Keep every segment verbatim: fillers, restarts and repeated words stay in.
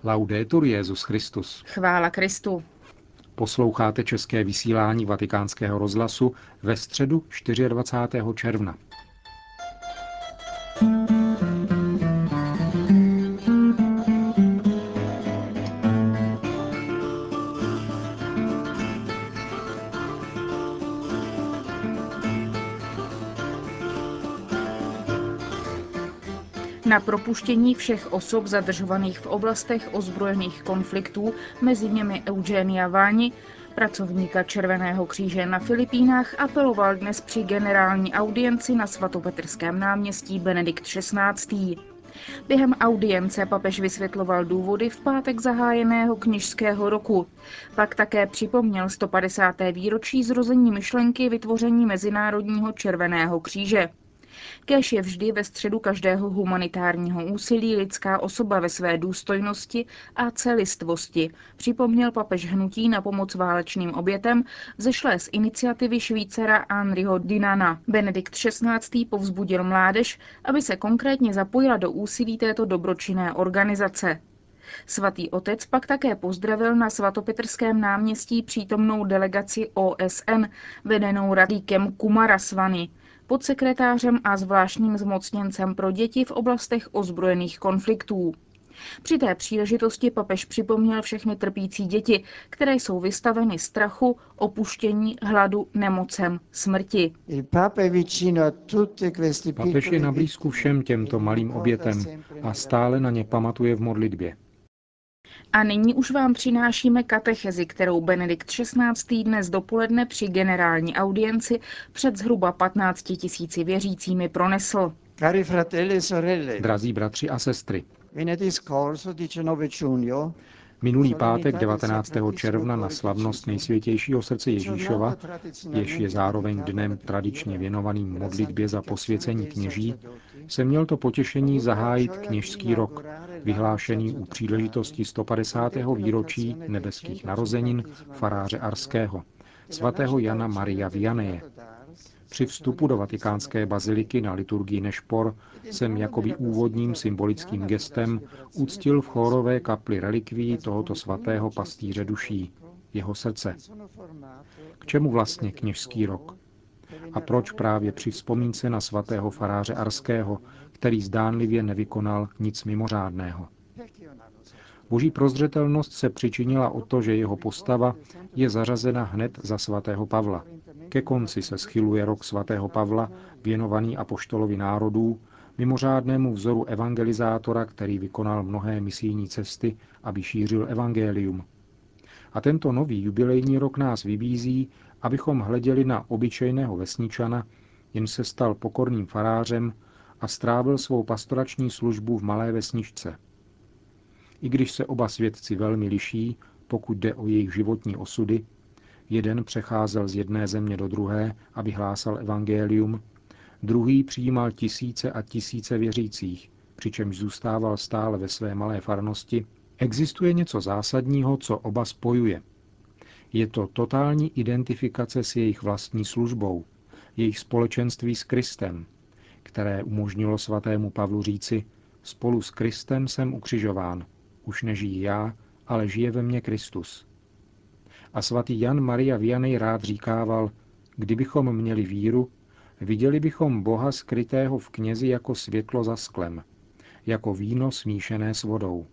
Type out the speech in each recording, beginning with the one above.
Laudetur Jesus Christus. Chvála Kristu. Posloucháte české vysílání Vatikánského rozhlasu ve středu dvacátého čtvrtého června. Na propuštění všech osob zadržovaných v oblastech ozbrojených konfliktů, mezi nimi Eugenia Vani, pracovníka Červeného kříže na Filipínách, apeloval dnes při generální audienci na svatopetrském náměstí Benedikt šestnáctý. Během audience papež vysvětloval důvody v pátek zahájeného kněžského roku. Pak také připomněl sto padesáté výročí zrození myšlenky vytvoření Mezinárodního Červeného kříže. Kéž je vždy ve středu každého humanitárního úsilí lidská osoba ve své důstojnosti a celistvosti, připomněl papež hnutí na pomoc válečným obětem, vzešlé z iniciativy Švýcara Henryho Dinana. Benedikt šestnáctý povzbudil mládež, aby se konkrétně zapojila do úsilí této dobročinné organizace. Svatý otec pak také pozdravil na svatopetrském náměstí přítomnou delegaci O S N, vedenou Radíkem Kumaraswamy, podsekretářem a zvláštním zmocněncem pro děti v oblastech ozbrojených konfliktů. Při té příležitosti papež připomněl všechny trpící děti, které jsou vystaveny strachu, opuštění, hladu, nemocem, smrti. Papež je na blízku všem těmto malým obětem a stále na ně pamatuje v modlitbě. A nyní už vám přinášíme katechezi, kterou Benedikt šestnáctý dnes dopoledne při generální audienci před zhruba patnácti tisíci věřícími pronesl. Cari fratelli e sorelle, Drazí bratři a sestry, venerdì scorso diciannove giugno, minulý pátek devatenáctého června na slavnost Nejsvětějšího srdce Ježíšova, jež je zároveň dnem tradičně věnovaným modlitbě za posvěcení kněží, jsem měl to potěšení zahájit kněžský rok, vyhlášený u příležitosti sto padesátého výročí nebeských narozenin faráře arského, svatého Jana Maria Vianeje. Při vstupu do vatikánské baziliky na liturgii Nešpor jsem jakoby úvodním symbolickým gestem uctil v chórové kapli relikvií tohoto svatého pastýře duší, jeho srdce. K čemu vlastně kněžský rok? A proč právě při vzpomínce na svatého faráře arského, který zdánlivě nevykonal nic mimořádného? Boží prozřetelnost se přičinila o to, že jeho postava je zařazena hned za svatého Pavla. Ke konci se schyluje rok svatého Pavla, věnovaný apoštolovi národů, mimořádnému vzoru evangelizátora, který vykonal mnohé misijní cesty, aby šířil evangelium. A tento nový jubilejní rok nás vybízí, abychom hleděli na obyčejného vesničana, jen se stal pokorným farářem a strávil svou pastorační službu v malé vesničce. I když se oba svědci velmi liší, pokud jde o jejich životní osudy, jeden přecházel z jedné země do druhé, aby hlásal evangelium, druhý přijímal tisíce a tisíce věřících, přičemž zůstával stále ve své malé farnosti, existuje něco zásadního, co oba spojuje. Je to totální identifikace s jejich vlastní službou, jejich společenství s Kristem, které umožnilo svatému Pavlu říci: spolu s Kristem jsem ukřižován, už nežijí já, ale žije ve mně Kristus. A svatý Jan Maria Vianney rád říkával: kdybychom měli víru, viděli bychom Boha skrytého v knězi jako světlo za sklem, jako víno smíšené s vodou.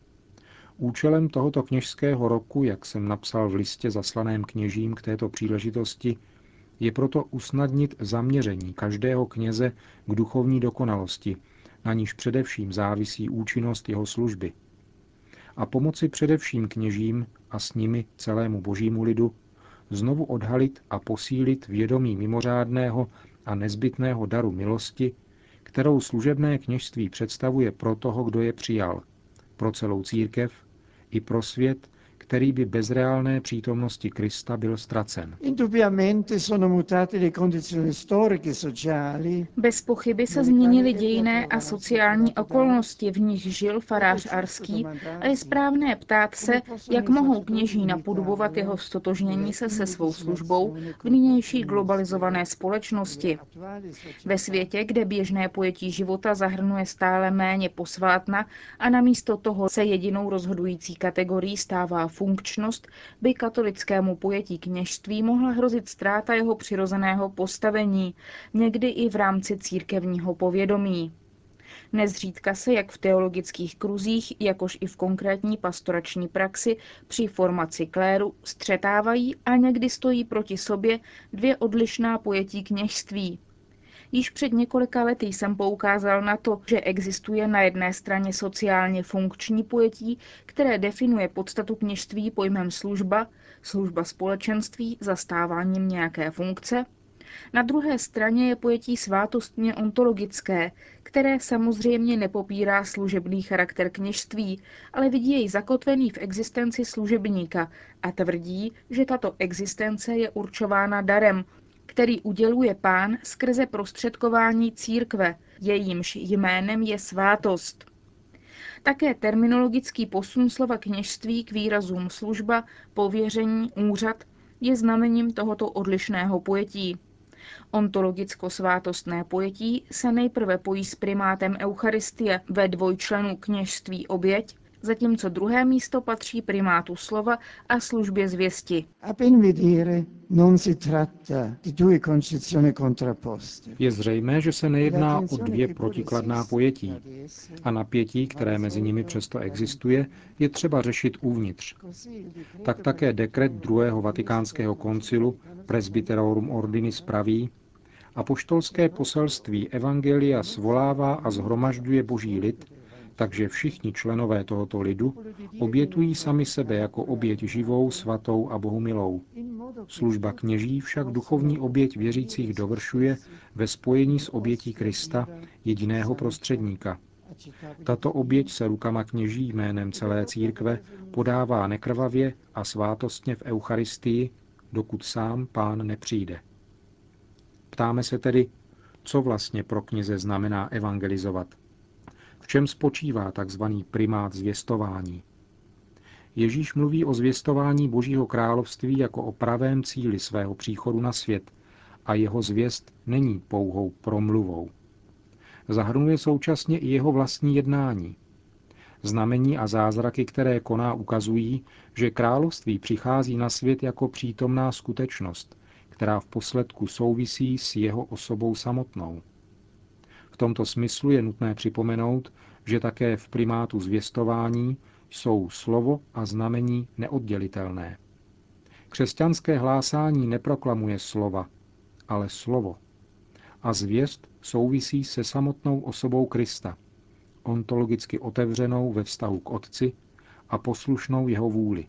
Účelem tohoto kněžského roku, jak jsem napsal v listě zaslaném kněžím k této příležitosti, je proto usnadnit zaměření každého kněze k duchovní dokonalosti, na níž především závisí účinnost jeho služby. A pomoci především kněžím a s nimi celému božímu lidu znovu odhalit a posílit vědomí mimořádného a nezbytného daru milosti, kterou služebné kněžství představuje pro toho, kdo je přijal, pro celou církev i pro svět, který by bez reálné přítomnosti Krista byl ztracen. Indubbiamente sono mutate le condizioni storiche, sociali. Bez pochyby se změnily dějinné a sociální okolnosti, v nich žil farář Arský, a je správné ptát se, jak mohou kněží napodobovat jeho stotožnění se se svou službou v nynější globalizované společnosti. Ve světě, kde běžné pojetí života zahrnuje stále méně posvátna a namísto toho se jedinou rozhodující kategorií stává funkčnost, by katolickému pojetí kněžství mohla hrozit ztráta jeho přirozeného postavení, někdy i v rámci církevního povědomí. Nezřídka se jak v teologických kruzích, jakož i v konkrétní pastorační praxi při formaci kléru střetávají a někdy stojí proti sobě dvě odlišná pojetí kněžství. Již před několika lety jsem poukázal na to, že existuje na jedné straně sociálně funkční pojetí, které definuje podstatu kněžství pojmem služba, služba společenství, zastáváním nějaké funkce. Na druhé straně je pojetí svátostně ontologické, které samozřejmě nepopírá služebný charakter kněžství, ale vidí jej zakotvený v existenci služebníka a tvrdí, že tato existence je určována darem, který uděluje Pán skrze prostředkování církve, jejímž jménem je svátost. Také terminologický posun slova kněžství k výrazům služba, pověření, úřad je znamením tohoto odlišného pojetí. Ontologicko-svátostné pojetí se nejprve pojí s primátem Eucharistie ve dvojčlenu kněžství oběť, zatímco druhé místo patří primátu slova a službě zvěsti. Je zřejmé, že se nejedná o dvě protikladná pojetí a napětí, které mezi nimi přesto existuje, je třeba řešit uvnitř. Tak také dekret druhého vatikánského koncilu Presbyterorum Ordinis praví: apoštolské poselství evangelia svolává a shromažďuje boží lid, takže všichni členové tohoto lidu obětují sami sebe jako oběť živou, svatou a bohumilou. Služba kněží však duchovní oběť věřících dovršuje ve spojení s obětí Krista, jediného prostředníka. Tato oběť se rukama kněží jménem celé církve podává nekrvavě a svátostně v Eucharistii, dokud sám Pán nepřijde. Ptáme se tedy, co vlastně pro kněze znamená evangelizovat. V čem spočívá takzvaný primát zvěstování? Ježíš mluví o zvěstování Božího království jako o pravém cíli svého příchodu na svět a jeho zvěst není pouhou promluvou. Zahrnuje současně i jeho vlastní jednání. Znamení a zázraky, které koná, ukazují, že království přichází na svět jako přítomná skutečnost, která v posledku souvisí s jeho osobou samotnou. V tomto smyslu je nutné připomenout, že také v primátu zvěstování jsou slovo a znamení neoddělitelné. Křesťanské hlásání neproklamuje slova, ale slovo. A zvěst souvisí se samotnou osobou Krista, ontologicky otevřenou ve vztahu k Otci a poslušnou jeho vůli.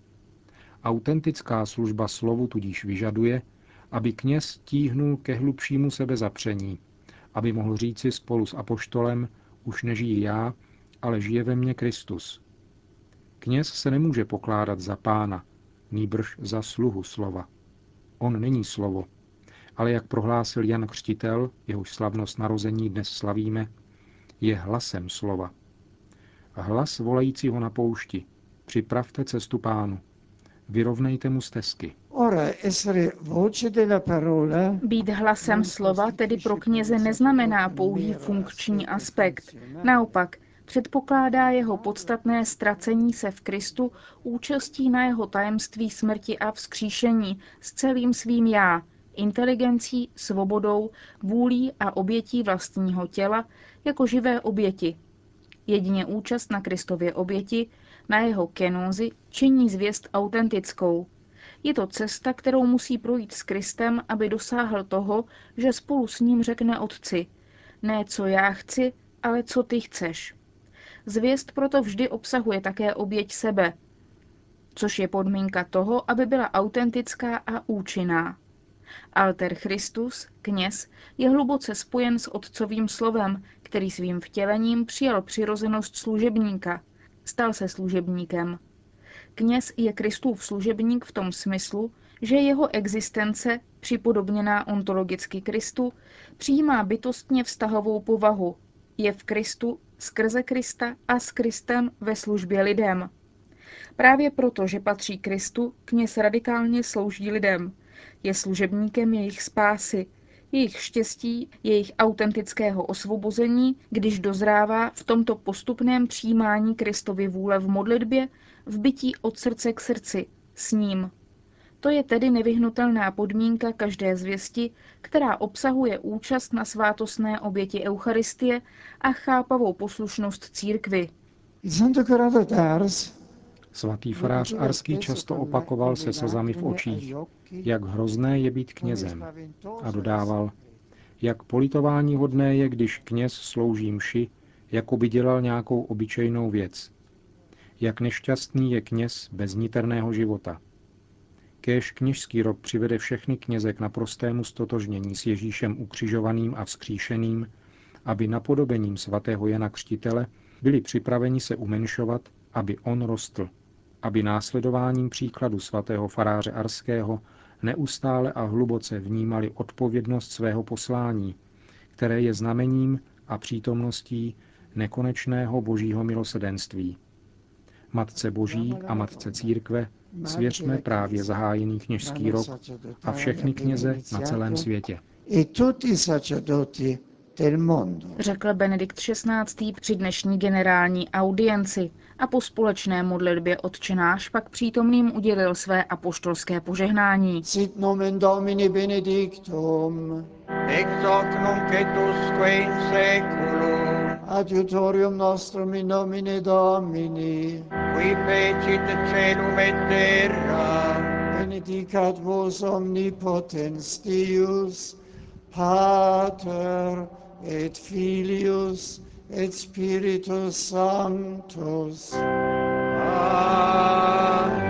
Autentická služba slovu tudíž vyžaduje, aby kněz tíhnul ke hlubšímu sebezapření, aby mohl říci spolu s apoštolem: už nežiji já, ale žije ve mně Kristus. Kněz se nemůže pokládat za pána, nýbrž za sluhu slova. On není slovo, ale jak prohlásil Jan Křtitel, jehož slavnost narození dnes slavíme, je hlasem slova. Hlas volajícího na poušti: připravte cestu Pánu, vyrovnejte mu stezky. Být hlasem slova tedy pro kněze neznamená pouhý funkční aspekt. Naopak, předpokládá jeho podstatné ztracení se v Kristu účastí na jeho tajemství smrti a vzkříšení s celým svým já, inteligencí, svobodou, vůlí a obětí vlastního těla jako živé oběti. Jedině účast na Kristově oběti, na jeho kenózi, činí zvěst autentickou. Je to cesta, kterou musí projít s Kristem, aby dosáhl toho, že spolu s ním řekne Otci: ne co já chci, ale co ty chceš. Zvěst proto vždy obsahuje také oběť sebe, což je podmínka toho, aby byla autentická a účinná. Alter Christus, kněz, je hluboce spojen s otcovým slovem, který svým vtělením přijal přirozenost služebníka. Stal se služebníkem. Kněz je Kristův služebník v tom smyslu, že jeho existence, připodobněná ontologicky Kristu, přijímá bytostně vztahovou povahu. Je v Kristu, skrze Krista a s Kristem ve službě lidem. Právě proto, že patří Kristu, kněz radikálně slouží lidem. Je služebníkem jejich spásy, jejich štěstí, jejich autentického osvobození, když dozrává v tomto postupném přijímání Kristovy vůle v modlitbě, v bytí od srdce k srdci, s ním. To je tedy nevyhnutelná podmínka každé zvěsti, která obsahuje účast na svátostné oběti Eucharistie a chápavou poslušnost církvi. Svatý farář Arský často opakoval se slzami v očích, jak hrozné je být knězem. A dodával, jak politováníhodné je, když kněz slouží mši, jako by dělal nějakou obyčejnou věc. Jak nešťastný je kněz bez niterného života. Kéž kněžský rok přivede všechny kněze k naprostému stotožnění s Ježíšem ukřižovaným a vzkříšeným, aby napodobením svatého Jana Křtitele byli připraveni se umenšovat, aby on rostl, aby následováním příkladu svatého faráře Arského neustále a hluboce vnímali odpovědnost svého poslání, které je znamením a přítomností nekonečného božího milosrdenství. Matce Boží a Matce Církve svěřme právě zahájený kněžský rok a všechny kněze na celém světě. Řekl Benedikt šestnáctý. Při dnešní generální audienci a po společné modlitbě Otčenáš pak přítomným udělil své apoštolské požehnání. Sit nomen Domini benedictum, ex hoc nunc et usque in seculum, adiutorium nostrum in nomine Domini, qui fecit caelum et terra, benedicat vos omnipotens Deus, Pater et Filius et Spiritus Sanctus. Amen.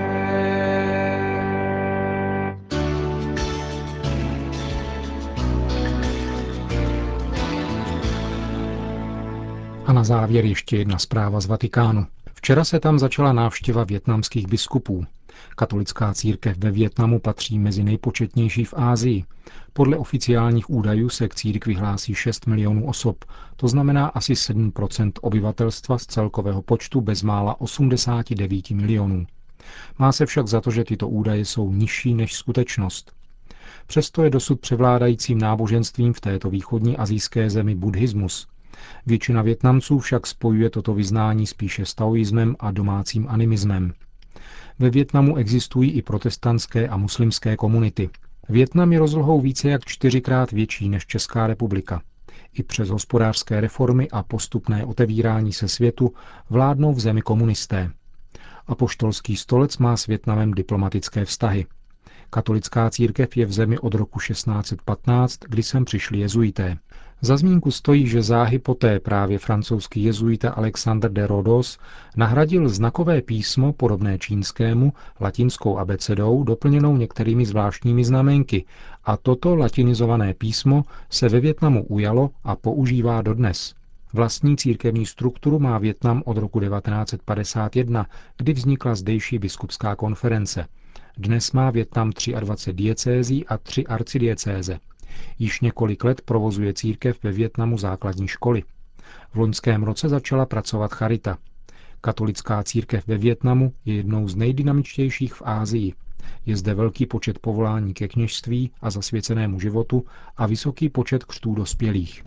A na závěr ještě jedna zpráva z Vatikánu. Včera se tam začala návštěva vietnamských biskupů. Katolická církev ve Vietnamu patří mezi nejpočetnější v Asii. Podle oficiálních údajů se k církvi hlásí šest milionů osob, to znamená asi sedm procent obyvatelstva z celkového počtu bezmála osmdesát devět milionů. Má se však za to, že tyto údaje jsou nižší než skutečnost. Přesto je dosud převládajícím náboženstvím v této východní asijské zemi buddhismus. Většina Vietnamců však spojuje toto vyznání spíše s taoismem a domácím animismem. Ve Vietnamu existují i protestantské a muslimské komunity. Vietnam je rozlohou více jak čtyřikrát větší než Česká republika. I přes hospodářské reformy a postupné otevírání se světu vládnou v zemi komunisté. Apoštolský stolec má s Vietnamem diplomatické vztahy. Katolická církev je v zemi od roku šestnáct set patnáct, kdy sem přišli jezuité. Za zmínku stojí, že záhy poté právě francouzský jezuita Alexandre de Rodos nahradil znakové písmo podobné čínskému latinskou abecedou doplněnou některými zvláštními znamenky a toto latinizované písmo se ve Vietnamu ujalo a používá dodnes. Vlastní církevní strukturu má Vietnam od roku devatenáct set padesát jedna, kdy vznikla zdejší biskupská konference. Dnes má Vietnam dvacet tři diecézí a tři arcidiecéze. Již několik let provozuje církev ve Vietnamu základní školy. V loňském roce začala pracovat charita. Katolická církev ve Vietnamu je jednou z nejdynamičtějších v Asii. Je zde velký počet povolání ke kněžství a zasvěcenému životu a vysoký počet křtů dospělých.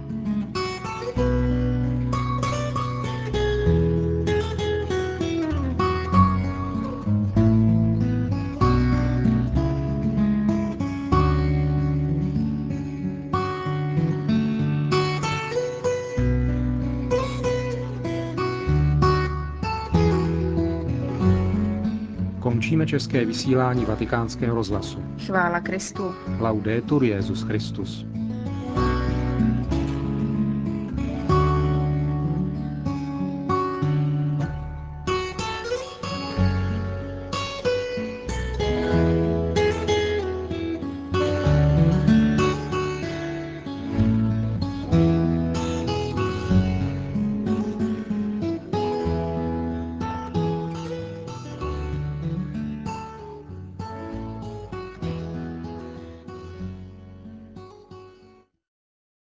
Končíme české vysílání Vatikánského rozhlasu. Chvála Kristu. Laudetur Jesus Christus.